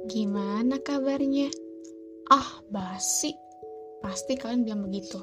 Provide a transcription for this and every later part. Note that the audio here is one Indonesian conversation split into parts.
Gimana kabarnya? Ah, basi. Pasti kalian bilang begitu.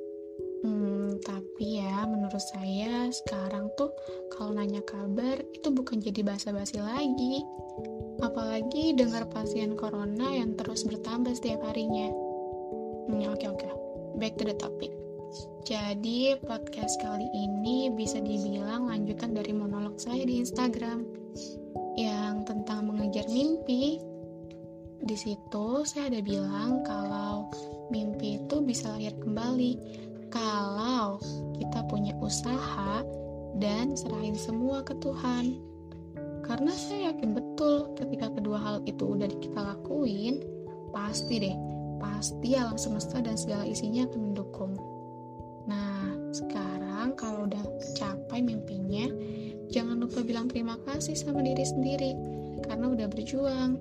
Tapi ya menurut saya sekarang tuh kalau nanya kabar itu bukan jadi basa-basi lagi. Apalagi dengar pasien corona yang terus bertambah setiap harinya. Oke. Back to the topic. Jadi podcast kali ini bisa dibilang lanjutan dari monolog saya di Instagram yang tentang mengejar mimpi. Di situ saya ada bilang kalau mimpi itu bisa lahir kembali kalau kita punya usaha dan serahin semua ke Tuhan. Karena saya yakin betul ketika kedua hal itu udah kita lakuin, pasti alam semesta dan segala isinya akan mendukung. Nah, sekarang kalau udah capai mimpinya, jangan lupa bilang terima kasih sama diri sendiri karena udah berjuang.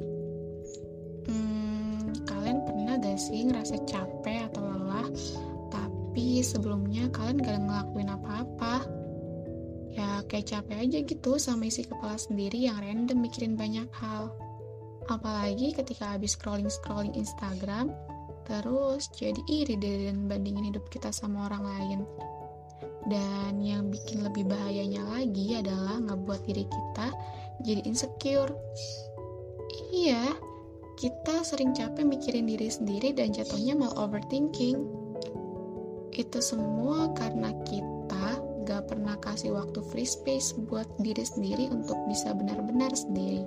Kalian pernah gak sih ngerasa capek atau lelah, tapi sebelumnya kalian gak ngelakuin apa-apa? Ya kayak capek aja gitu sama isi kepala sendiri yang random mikirin banyak hal. Apalagi ketika habis scrolling Instagram, terus jadi iri deh dan bandingin hidup kita sama orang lain. Dan yang bikin lebih bahayanya lagi adalah ngebuat diri kita jadi insecure. Iya, kita sering capek mikirin diri sendiri dan jatuhnya malah overthinking. Itu semua karena kita gak pernah kasih waktu free space buat diri sendiri untuk bisa benar-benar sendiri.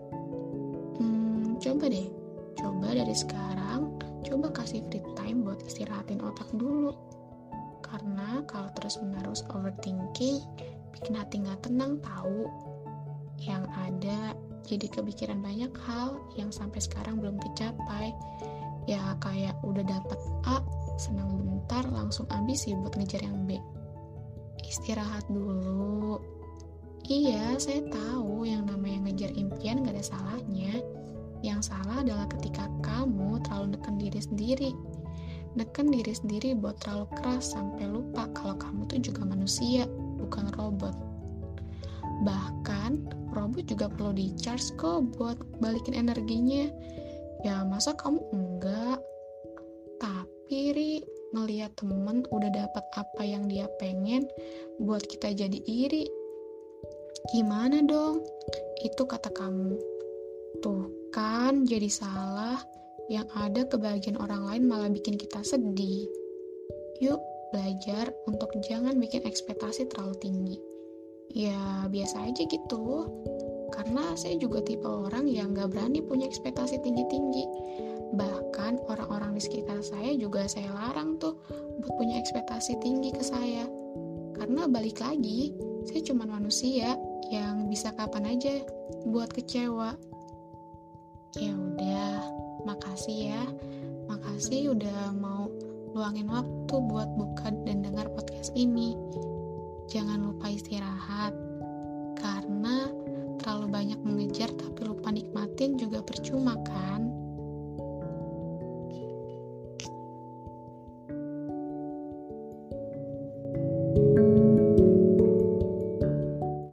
Coba dari sekarang, coba kasih free time buat istirahatin otak dulu. Karena kalau terus-menerus overthinking, bikin hati gak tenang tahu. Yang ada jadi kepikiran banyak hal yang sampai sekarang belum tercapai. Ya kayak udah dapat A, senang bentar langsung ambisi buat ngejar yang B. Istirahat dulu. Iya, saya tahu yang namanya ngejar impian gak ada salahnya. Yang salah adalah ketika kamu terlalu neken diri sendiri. Neken diri sendiri buat terlalu keras sampai lupa kalau kamu tuh juga manusia, bukan robot. Bahkan robot juga perlu di-charge kok buat balikin energinya. Ya masa kamu enggak? Tapi ngelihat temen udah dapat apa yang dia pengen, buat kita jadi iri. Gimana dong? Itu kata kamu. Tuh kan jadi salah. Yang ada kebahagiaan orang lain malah bikin kita sedih. Yuk belajar untuk jangan bikin ekspektasi terlalu tinggi. Ya biasa aja gitu. Karena saya juga tipe orang yang gak berani punya ekspektasi tinggi-tinggi. Bahkan orang-orang di sekitar saya juga saya larang tuh buat punya ekspektasi tinggi ke saya. Karena balik lagi, saya cuma manusia yang bisa kapan aja buat kecewa. Ya udah, makasih ya. Makasih udah mau luangin waktu buat buka dan dengar podcast ini. Jangan lupa istirahat, karena terlalu banyak mengejar tapi lupa nikmatin juga percuma kan.